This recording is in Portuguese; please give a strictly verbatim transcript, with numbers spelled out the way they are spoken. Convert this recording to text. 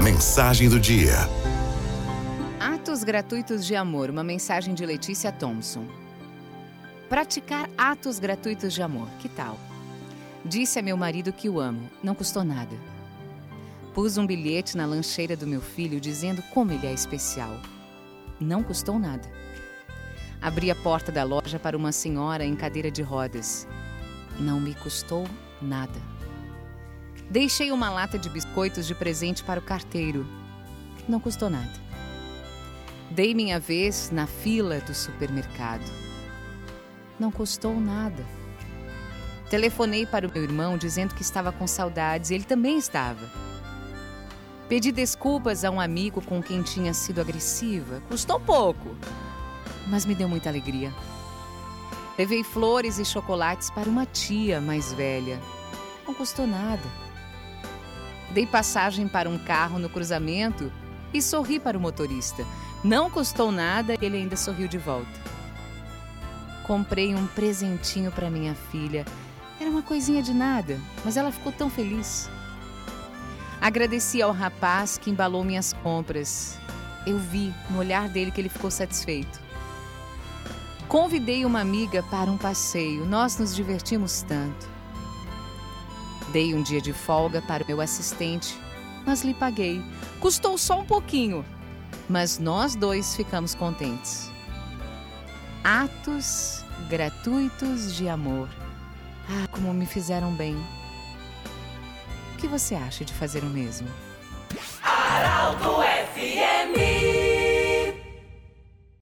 mensagem do dia. Atos gratuitos de amor, uma mensagem de Letícia Thompson. Praticar atos gratuitos de amor, que tal? Disse a meu marido que o amo, não custou nada. Pus um bilhete na lancheira do meu filho dizendo como ele é especial. Não custou nada. Abri a porta da loja para uma senhora em cadeira de rodas. Não me custou nada. Deixei uma lata de biscoitos de presente para o carteiro. Não custou nada. Dei minha vez na fila do supermercado. Não custou nada. Telefonei para o meu irmão dizendo que estava com saudades e ele também estava. Pedi desculpas a um amigo com quem tinha sido agressiva. Custou pouco, mas me deu muita alegria. Levei flores e chocolates para uma tia mais velha. Não custou nada. Dei passagem para um carro no cruzamento e sorri para o motorista. Não custou nada e ele ainda sorriu de volta. Comprei um presentinho para minha filha. Era uma coisinha de nada, mas ela ficou tão feliz. Agradeci ao rapaz que embalou minhas compras. Eu vi no olhar dele que ele ficou satisfeito. Convidei uma amiga para um passeio. Nós nos divertimos tanto. Dei um dia de folga para o meu assistente, mas lhe paguei. Custou só um pouquinho, mas nós dois ficamos contentes. Atos gratuitos de amor. Ah, como me fizeram bem. O que você acha de fazer o mesmo? Arauto